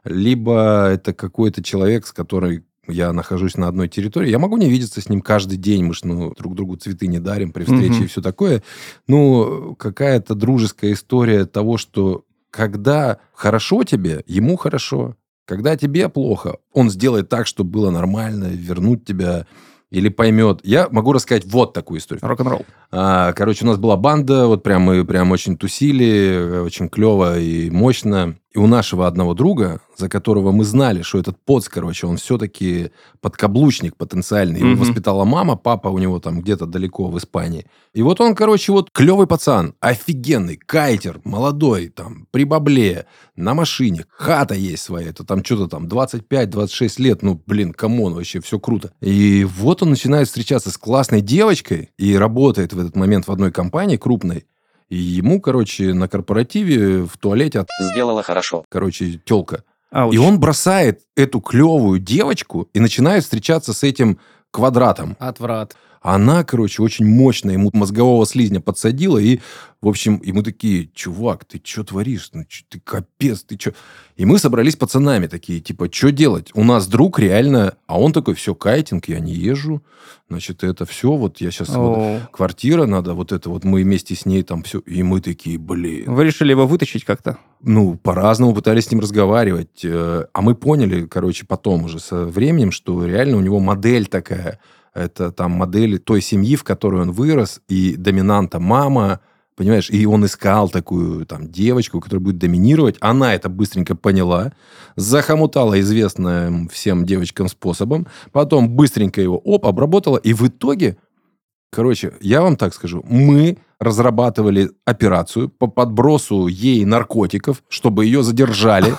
Либо это какой-то человек, с которым я нахожусь на одной территории, я могу не видеться с ним каждый день, мы ж, ну, друг другу цветы не дарим при встрече Мгм. и все такое. Ну, какая-то дружеская история того, что когда хорошо тебе, ему хорошо. Когда тебе плохо, он сделает так, чтобы было нормально, вернуть тебя или поймет. Я могу рассказать вот такую историю. Рок-н-ролл. А, Короче, у нас была банда, вот прям мы прям очень тусили, очень клево и мощно. И у нашего одного друга, за которого мы знали, что этот поц, короче, он все-таки подкаблучник потенциальный. Его Мгм. воспитала мама, папа у него там где-то далеко в Испании. И вот он, короче, вот клевый пацан, офигенный, кайтер, молодой, там, при бабле, на машине, хата есть своя, это там что-то там двадцать пять - двадцать шесть лет, ну, блин, камон, вообще все круто. И вот он начинает встречаться с классной девочкой и работает в этот момент в одной компании крупной. И ему, короче, на корпоративе в туалете, от, Сделала хорошо. короче, тёлка. Ауч. И он бросает эту клевую девочку и начинает встречаться с этим квадратом. Отврат. Она, короче, очень мощно ему мозгового слизня подсадила. И, в общем, ему такие, чувак, ты что творишь? Ну, чё ты капец, ты что? И мы собрались пацанами такие, типа, что делать? У нас друг реально... А он такой, все, кайтинг, я не езжу. Значит, это все, вот я сейчас... Вот, О. квартира надо, вот это вот мы вместе с ней там все. И мы такие, блин. Вы решили его вытащить как-то? Ну, по-разному пытались с ним разговаривать. Э, А мы поняли, короче, потом уже со временем, что реально у него модель такая. Это там модель той семьи, в которой он вырос, и доминанта мама, понимаешь, и он искал такую там девочку, которая будет доминировать. Она это быстренько поняла, захомутала известным всем девочкам способом, потом быстренько его, оп, обработала, и в итоге, короче, я вам так скажу, мы разрабатывали операцию по подбросу ей наркотиков, чтобы ее задержали,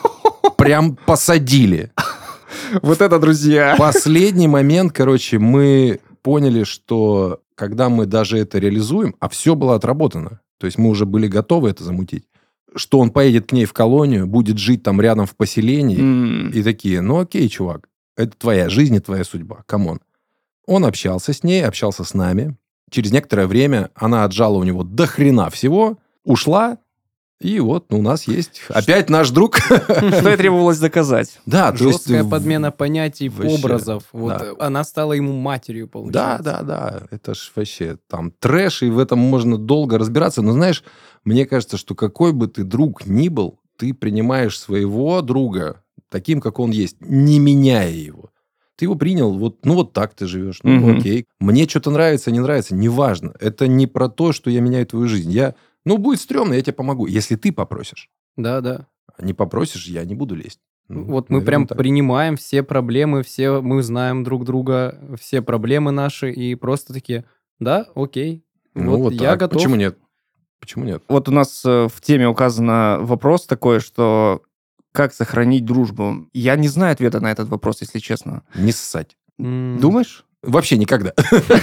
прям посадили. Вот это, друзья! Последний момент, короче, мы поняли, что когда мы даже это реализуем, а все было отработано, то есть мы уже были готовы это замутить, что он поедет к ней в колонию, будет жить там рядом в поселении, М. и такие, ну окей, чувак, это твоя жизнь и твоя судьба, камон. Он общался с ней, общался с нами. Через некоторое время она отжала у него до хрена всего, ушла, И вот ну, у нас есть опять наш друг. Что и требовалось доказать. Да, то есть... Жесткая подмена понятий, вообще, образов. Вот да. она стала ему матерью, Да, получается. да, да. Это ж вообще там трэш, и в этом можно долго разбираться. Но знаешь, мне кажется, что какой бы ты друг ни был, ты принимаешь своего друга таким, как он есть, не меняя его. Ты его принял, вот, ну вот так ты живешь, ну Мгм. окей. Мне что-то нравится, не нравится, неважно. Это не про то, что я меняю твою жизнь. Я, ну будет стрёмно, я тебе помогу, если ты попросишь. Да, да. А не попросишь, я не буду лезть. Ну, Вот мы наверное, прям так. принимаем все проблемы, все мы знаем друг друга, все проблемы наши, и просто такие, да, окей, Ну вот, вот я так. готов. Почему нет? Почему нет? Вот у нас э, в теме указан вопрос такой, что как сохранить дружбу. Я не знаю ответа на этот вопрос, если честно. Не ссать. М, Думаешь? Вообще никогда.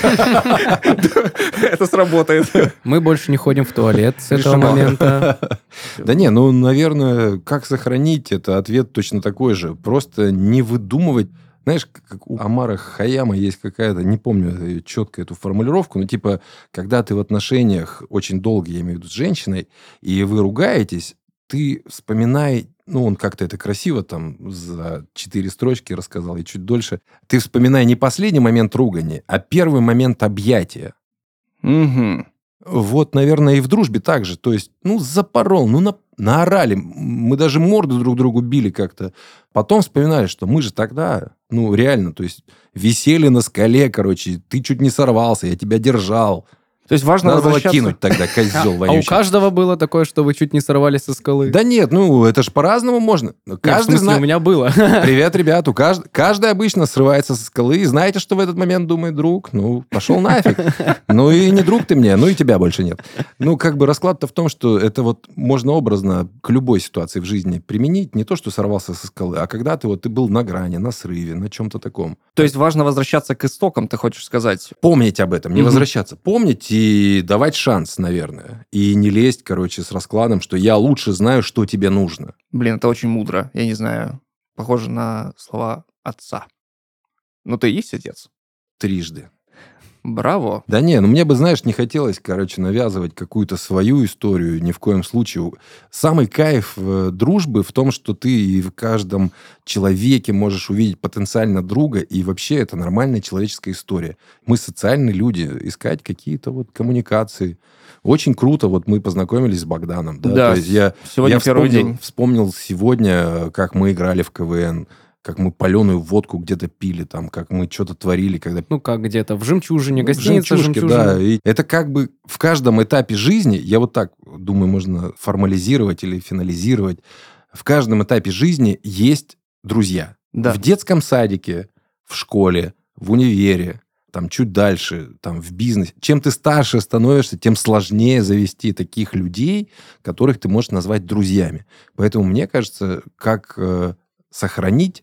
Это сработает. Мы больше не ходим в туалет с этого Решено. момента. Да не, ну, наверное, как сохранить, это ответ точно такой же. Просто не выдумывать. Знаешь, как у Омара Хайяма есть какая-то, не помню четко эту формулировку, но типа, когда ты в отношениях очень долго, я имею в виду, с женщиной, и вы ругаетесь, ты вспоминай, ну, он как-то это красиво там за четыре строчки рассказал, и чуть дольше. Ты вспоминай не последний момент ругани, а первый момент объятия. Мгм. Вот, наверное, и в дружбе так же. То есть, ну, запорол, ну, на, наорали. Мы даже морды друг другу били как-то. Потом вспоминали, что мы же тогда, ну, реально, то есть, висели на скале, короче. Ты чуть не сорвался, я тебя держал. То есть важно Надо было возвращаться... кинуть тогда, козел А у вонючий. каждого было такое, что вы чуть не сорвались со скалы? Да нет, ну, это ж по-разному можно. Нет, в Каждый смысле, знает... у меня было. Привет, ребят. У кажд... Каждый обычно срывается со скалы. И знаете, что в этот момент думает друг? Ну, пошел нафиг. Ну, и не друг ты мне, ну, и тебя больше нет. Ну, как бы расклад-то в том, что это вот можно образно к любой ситуации в жизни применить. Не то, что сорвался со скалы, а когда ты вот ты был на грани, на срыве, на чем-то таком. То есть важно возвращаться к истокам, ты хочешь сказать? Помнить об этом, не Мгм. возвращаться. Помнить и давать шанс, наверное. И не лезть, короче, с раскладом, что я лучше знаю, что тебе нужно. Блин, это очень мудро. Я не знаю. Похоже на слова отца. Ну, ты и есть отец. Трижды. Браво. Да не, ну мне бы, знаешь, не хотелось, короче, навязывать какую-то свою историю ни в коем случае. Самый кайф э, дружбы в том, что ты и в каждом человеке можешь увидеть потенциально друга, и вообще это нормальная человеческая история. Мы социальные люди, искать какие-то вот коммуникации. Очень круто, вот мы познакомились с Богданом. Да, Да, то есть я, сегодня я первый вспомнил, день. вспомнил сегодня, как мы играли в КВН, как мы паленую водку где-то пили, там, как мы что-то творили, когда Ну, как где-то, в «Жемчужине», ну, в гостиница «Жемчужке», «Жемчужина». да. И это как бы в каждом этапе жизни, я вот так думаю, можно формализировать или финализировать, в каждом этапе жизни есть друзья. Да. В детском садике, в школе, в универе, там чуть дальше, там в бизнесе. Чем ты старше становишься, тем сложнее завести таких людей, которых ты можешь назвать друзьями. Поэтому мне кажется, как э, сохранить,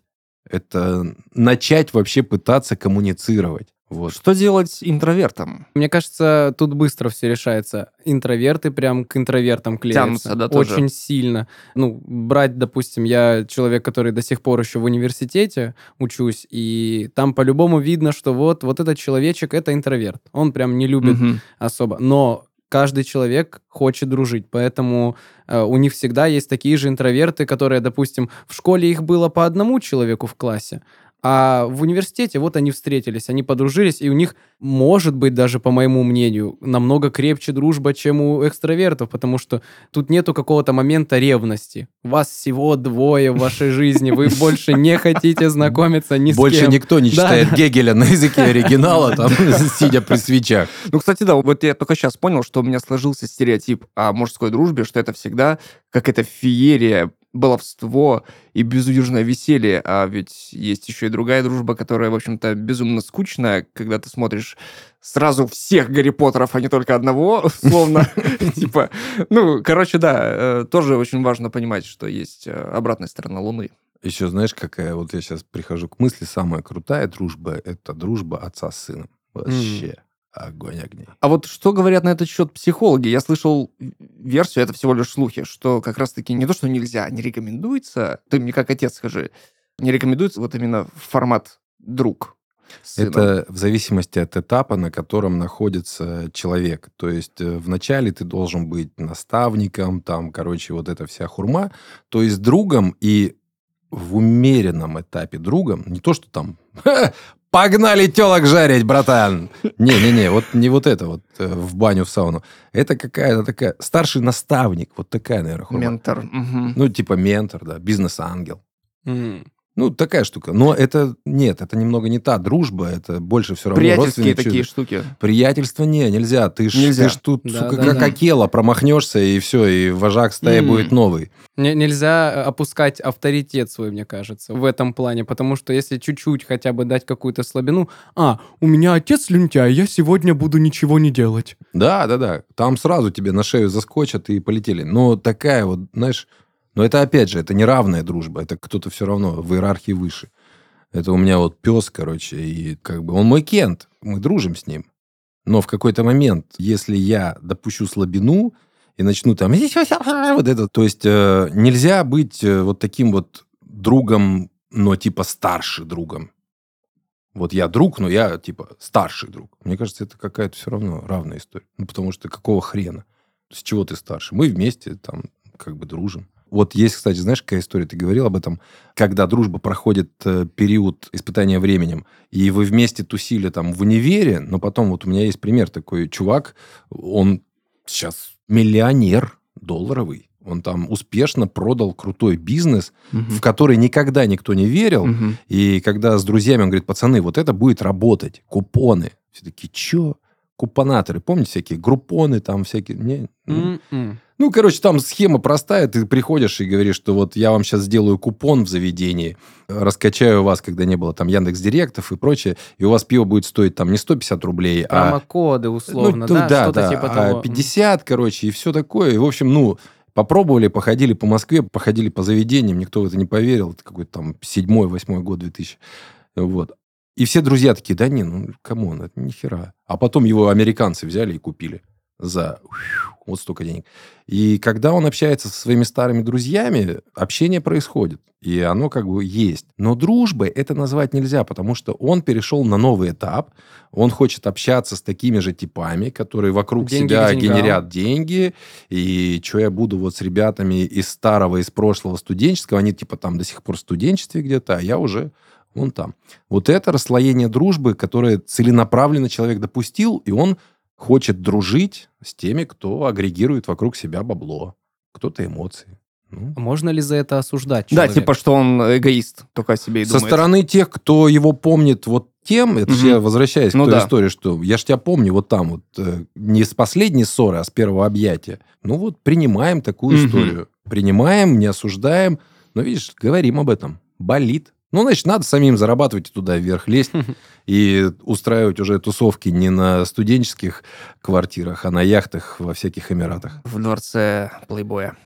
это начать вообще пытаться коммуницировать. Вот. Что делать интровертам? Мне кажется, тут быстро все решается. Интроверты прям к интровертам клеятся. Тянутся, да, тоже. Очень сильно. Ну, брать, допустим, я человек, который до сих пор еще в университете учусь, и там по-любому видно, что вот, вот этот человечек, это интроверт. Он прям не любит Мгм. особо. Но каждый человек хочет дружить, поэтому э, у них всегда есть такие же интроверты, которые, допустим, в школе их было по одному человеку в классе, а в университете вот они встретились, они подружились, и у них, может быть, даже по моему мнению, намного крепче дружба, чем у экстравертов, потому что тут нету какого-то момента ревности. Вас всего двое в вашей жизни, вы больше не хотите знакомиться ни с Больше кем. никто не Да, читает да. Гегеля на языке оригинала, там, сидя при свечах. Ну, кстати, да, вот я только сейчас понял, что у меня сложился стереотип о мужской дружбе, что это всегда какая-то феерия, баловство и безудержное веселье. А ведь есть еще и другая дружба, которая, в общем-то, безумно скучная, когда ты смотришь сразу всех Гарри Поттеров, а не только одного, словно. Типа, ну, короче, да, э, тоже очень важно понимать, что есть э, обратная сторона Луны. Еще знаешь, какая, вот я сейчас прихожу к мысли, самая крутая дружба, это дружба отца с сыном. Вообще огонь огней. А вот что говорят на этот счет психологи? Я слышал версию, это всего лишь слухи, что как раз-таки не то, что нельзя, не рекомендуется, ты мне как отец скажи, не рекомендуется вот именно формат друг. Сыном. Это в зависимости от этапа, на котором находится человек. То есть э, вначале ты должен быть наставником, там, короче, вот эта вся хурма. То есть другом и в умеренном этапе другом, не то, что там «Ха, погнали телок жарить, братан!» Не-не-не, вот не вот это вот э, в баню, в сауну. Это какая-то такая... Старший наставник, вот такая, наверное, хурма. Ментор. Мгм. Ну, типа ментор, да, бизнес-ангел. М. Ну, такая штука. Но это, нет, это немного не та дружба, это больше все равно Приятельские родственные такие чувства. штуки. Приятельство не, нельзя. Ты ж, Нельзя. ты ж тут, Да, сука, да, как да. акела, промахнешься, и все, и вожак стаи М. будет новый. Не- Нельзя опускать авторитет свой, мне кажется, в этом плане, потому что если чуть-чуть хотя бы дать какую-то слабину, а, у меня отец лентяй, я сегодня буду ничего не делать. Да, да, да. Там сразу тебе на шею заскочат и полетели. Но такая вот, знаешь... Но это, опять же, это не равная дружба. Это кто-то все равно в иерархии выше. Это у меня вот пес, короче, и как бы он мой Кент. Мы дружим с ним. Но в какой-то момент, если я допущу слабину и начну там... Вот это... То есть э, нельзя быть э, вот таким вот другом, но типа старше другом. Вот я друг, но я типа старший друг. Мне кажется, это какая-то все равно равная история. Ну, потому что какого хрена? С чего ты старше? Мы вместе там как бы дружим. Вот есть, кстати, знаешь, какая история? Ты говорил об этом. Когда дружба проходит э, период испытания временем, и вы вместе тусили там в универе, но потом вот у меня есть пример такой. Чувак, он сейчас миллионер долларовый. Он там успешно продал крутой бизнес, Мгм. в который никогда никто не верил. Мгм. И когда с друзьями он говорит: пацаны, вот это будет работать, купоны. Все такие: чё? Купонаторы, помните, всякие группоны там всякие? Не? Ну, М-м. ну, короче, там схема простая. Ты приходишь и говоришь, что вот я вам сейчас сделаю купон в заведении, раскачаю вас, когда не было там Яндекс.Директов и прочее, и у вас пиво будет стоить там не сто пятьдесят рублей, а... Промокоды, условно, ну, да, да, что-то да, типа а того. пятьдесят, короче, и все такое. И, в общем, ну, попробовали, походили по Москве, походили по заведениям, никто в это не поверил. Это какой-то там седьмой, восьмой год, две тысячи. Вот. И все друзья такие: да не, ну, камон, это ни хера. А потом его американцы взяли и купили за вот столько денег. И когда он общается со своими старыми друзьями, общение происходит. И оно как бы есть. Но дружбой это назвать нельзя, потому что он перешел на новый этап. Он хочет общаться с такими же типами, которые вокруг Деньги себя к деньгам. генерят деньги. И что я буду вот с ребятами из старого, из прошлого студенческого, они типа там до сих пор в студенчестве где-то, а я уже вон там. Вот это расслоение дружбы, которое целенаправленно человек допустил, и он хочет дружить с теми, кто агрегирует вокруг себя бабло. Кто-то эмоции. Ну. А можно ли за это осуждать Да, человека? типа, что он эгоист, только о себе и Со думает. стороны тех, кто его помнит вот тем, это же Мгм. я возвращаюсь Ну к той да. истории, что я ж тебя помню вот там вот, э, не с последней ссоры, а с первого объятия. Ну вот принимаем такую Мгм. историю. Принимаем, не осуждаем, но, видишь, говорим об этом. Болит. Ну, значит, надо самим зарабатывать и туда вверх лезть и устраивать уже тусовки не на студенческих квартирах, а на яхтах во всяких Эмиратах. В дворце плейбоя.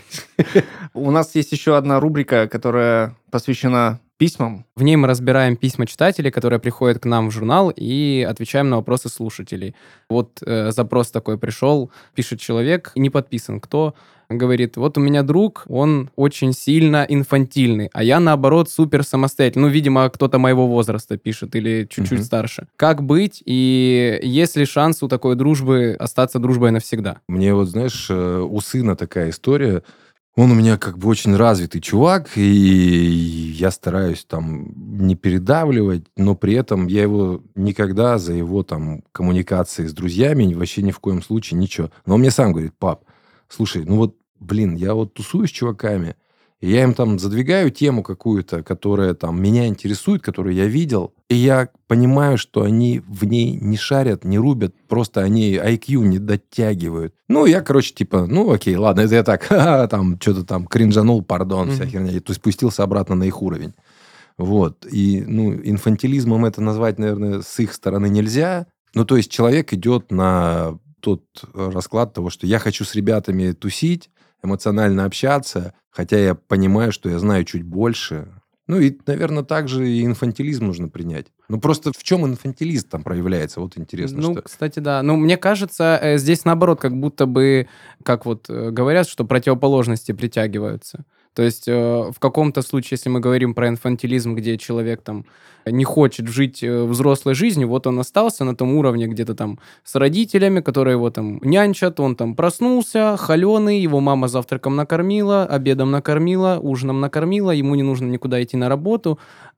У нас есть еще одна рубрика, которая посвящена письмам. В ней мы разбираем письма читателей, которые приходят к нам в журнал, и отвечаем на вопросы слушателей. Вот э, запрос такой пришел, пишет человек, не подписан кто, говорит: вот у меня друг, он очень сильно инфантильный, а я, наоборот, супер самостоятельный. Ну, видимо, кто-то моего возраста пишет или чуть-чуть Мгм. старше. Как быть, и есть ли шанс у такой дружбы остаться дружбой навсегда? Мне вот, знаешь, э, у сына такая история. Он у меня как бы очень развитый чувак, и я стараюсь там не передавливать, но при этом я его никогда за его там коммуникации с друзьями вообще ни в коем случае ничего. Но он мне сам говорит: пап, слушай, ну вот, блин, я вот тусуюсь с чуваками, и я им там задвигаю тему какую-то, которая там меня интересует, которую я видел, и я понимаю, что они в ней не шарят, не рубят, просто они ай кью не дотягивают. Ну, я, короче, типа, ну, окей, ладно, это я так, ха-ха, там, что-то там кринжанул, пардон, вся Мгм. херня, то есть спустился обратно на их уровень. Вот. И, ну, инфантилизмом это назвать, наверное, с их стороны нельзя. Ну, то есть человек идет на тот расклад того, что я хочу с ребятами тусить, эмоционально общаться, хотя я понимаю, что я знаю чуть больше. Ну, и, наверное, также и инфантилизм нужно принять. Ну, просто в чем инфантилизм там проявляется? Вот интересно, Ну, что... кстати, да. Ну, мне кажется, э, здесь наоборот, как будто бы, как вот э, говорят, что противоположности притягиваются. То есть э, в каком-то случае, если мы говорим про инфантилизм, где человек там не хочет жить э, взрослой жизнью, вот он остался на том уровне где-то там с родителями, которые его там нянчат, он там проснулся, холеный, его мама завтраком накормила, обедом накормила, ужином накормила, ему не нужно никуда идти на работу,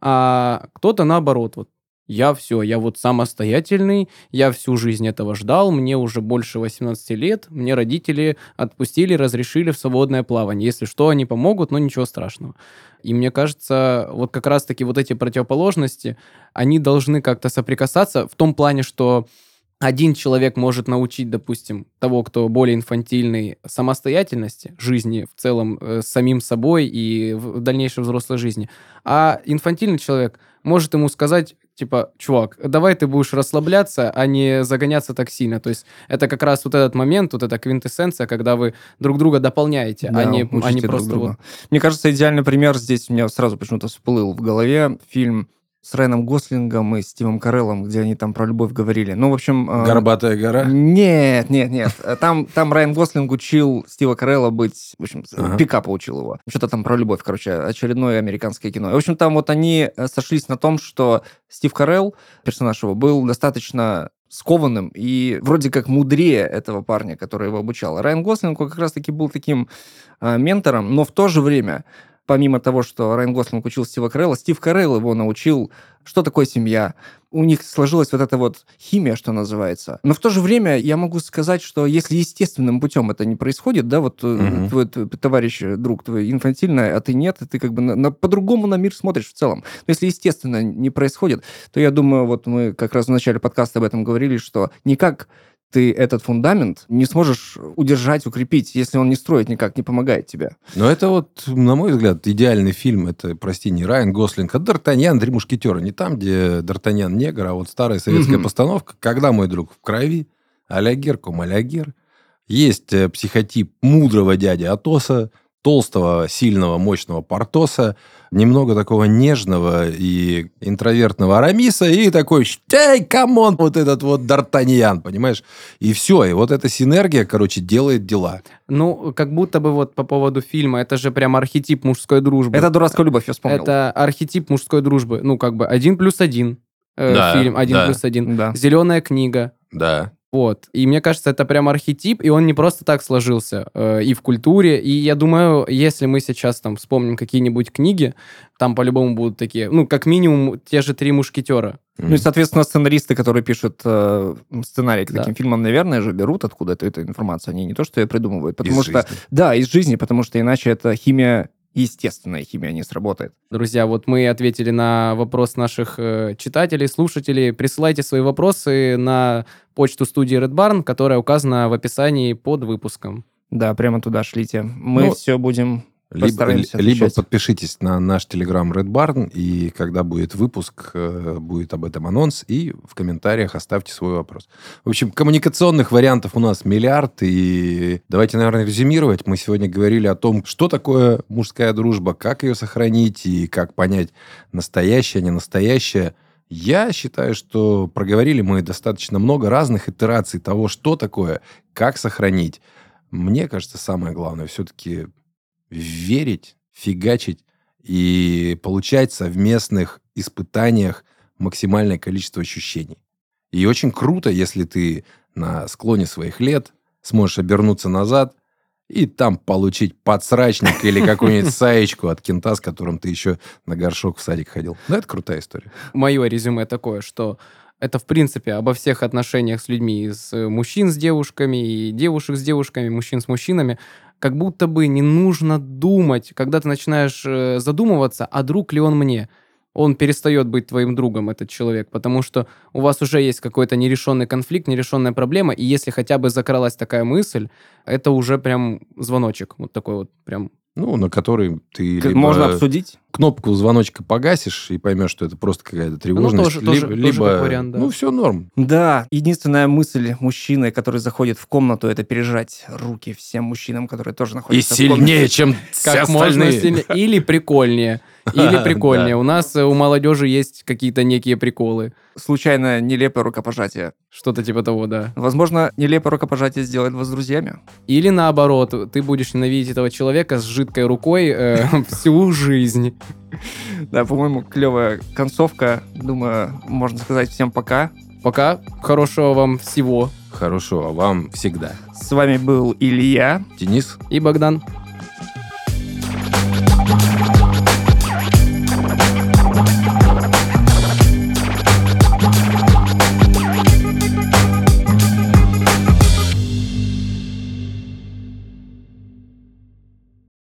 а кто-то наоборот, вот я все, я вот самостоятельный, я всю жизнь этого ждал, мне уже больше восемнадцати лет, мне родители отпустили, разрешили в свободное плавание. Если что, они помогут, но ничего страшного. И мне кажется, вот как раз-таки вот эти противоположности, они должны как-то соприкасаться в том плане, что один человек может научить, допустим, того, кто более инфантильный, самостоятельности, жизни в целом э, с самим собой и в дальнейшей взрослой жизни. А инфантильный человек может ему сказать, типа, чувак, давай ты будешь расслабляться, а не загоняться так сильно. То есть это как раз вот этот момент, вот эта квинтэссенция, когда вы друг друга дополняете, Да, а не, а не друг просто друга. вот... Мне кажется, идеальный пример здесь у меня сразу почему-то всплыл в голове фильм с Райаном Гослингом и Стивом Кареллом, где они там про любовь говорили. Ну, в общем... э, «Горбатая гора»? Нет, нет, нет. Там, там Райан Гослинг учил Стива Карелла быть... В общем, Ага. пикапа учил его. Что-то там про любовь, короче, очередное американское кино. И, в общем, там вот они э, сошлись на том, что Стив Карелл, персонаж его, был достаточно скованным и вроде как мудрее этого парня, который его обучал. А Райан Гослинг как раз-таки был таким э, ментором, но в то же время... Помимо того, что Райан Гослинг учил Стива Карелла, Стив Карелл его научил, что такое семья. У них сложилась вот эта вот химия, что называется. Но в то же время я могу сказать, что если естественным путем это не происходит, да, вот Мгм. твой, твой товарищ, друг твой инфантильный, а ты нет, и ты как бы на- на- по-другому на мир смотришь в целом. Но если естественно не происходит, то я думаю, вот мы как раз в начале подкаста об этом говорили, что никак ты этот фундамент не сможешь удержать, укрепить, если он не строит никак, не помогает тебе. Но это вот, на мой взгляд, идеальный фильм. Это, прости, не Райан Гослинг, а «Д'Артаньян. Три мушкетера». Не там, где Д'Артаньян негр, а вот старая советская Мгм. постановка. Когда мой друг в крови, алягер кум алягер. Есть э, психотип мудрого дяди Атоса, толстого, сильного, мощного Портоса, немного такого нежного и интровертного Арамиса, и такой, эй, камон, вот этот вот Д'Артаньян, понимаешь? И все, и вот эта синергия, короче, делает дела. Ну, как будто бы вот по поводу фильма, это же прям архетип мужской дружбы. Это «Дурацкая любовь», я вспомнил. Это архетип мужской дружбы. Ну, как бы один плюс один. э, Да, фильм один да. плюс один. Да. Зеленая книга. Да. Вот. И мне кажется, это прям архетип, и он не просто так сложился э, и в культуре. И я думаю, если мы сейчас там вспомним какие-нибудь книги, там по-любому будут такие, ну, как минимум, те же «Три мушкетера». Ну и, соответственно, сценаристы, которые пишут э, сценарий к Да. таким фильмам, наверное же, берут откуда-то эту информацию. Они не то, что ее придумывают. Потому Из что... жизни. Да, из жизни, потому что иначе это химия, естественная химия не сработает. Друзья, вот мы ответили на вопрос наших э, читателей, слушателей. Присылайте свои вопросы на почту студии Red Barn, которая указана в описании под выпуском. Да, прямо туда шлите. Мы Ну, все будем... Либо, Постараемся либо отвечать. подпишитесь на наш телеграм Red Barn, и когда будет выпуск, э, будет об этом анонс, и в комментариях оставьте свой вопрос. В общем, коммуникационных вариантов у нас миллиард, и давайте, наверное, резюмировать. Мы сегодня говорили о том, что такое мужская дружба, как ее сохранить, и как понять, настоящее, не настоящее. Я считаю, что проговорили мы достаточно много разных итераций того, что такое, как сохранить. Мне кажется, самое главное все-таки верить, фигачить и получать в совместных испытаниях максимальное количество ощущений. И очень круто, если ты на склоне своих лет сможешь обернуться назад и там получить подсрачник или какую-нибудь саечку от кента, с которым ты еще на горшок в садик ходил. Ну, это крутая история. Мое резюме такое, что это, в принципе, обо всех отношениях с людьми, с мужчин с девушками, и девушек с девушками, мужчин с мужчинами. Как будто бы не нужно думать, когда ты начинаешь э, задумываться, а друг ли он мне. Он перестает быть твоим другом, этот человек, потому что у вас уже есть какой-то нерешенный конфликт, нерешенная проблема, и если хотя бы закралась такая мысль, это уже прям звоночек, вот такой вот прям. Ну, на который ты К- либо Можно обсудить. кнопку звоночка погасишь и поймешь, что это просто какая-то тревожность. тоже- тоже- либо, тоже либо- как вариант, да. Ну, все норм. Да, единственная мысль мужчины, который заходит в комнату, это пережать руки всем мужчинам, которые тоже И находятся в сильнее, комнате. чем все Как можно остальные. сильнее. Или прикольнее. Или прикольнее. Да. У нас э, у молодежи есть какие-то некие приколы. Случайно нелепое рукопожатие. Что-то типа того, да. Возможно, нелепое рукопожатие сделает вас друзьями. Или наоборот, ты будешь ненавидеть этого человека с жидкой рукой э, всю жизнь. Да, по-моему, клевая концовка. Думаю, можно сказать всем пока. Пока. Хорошего вам всего. Хорошего вам всегда. С вами был Илья. Денис? И Богдан.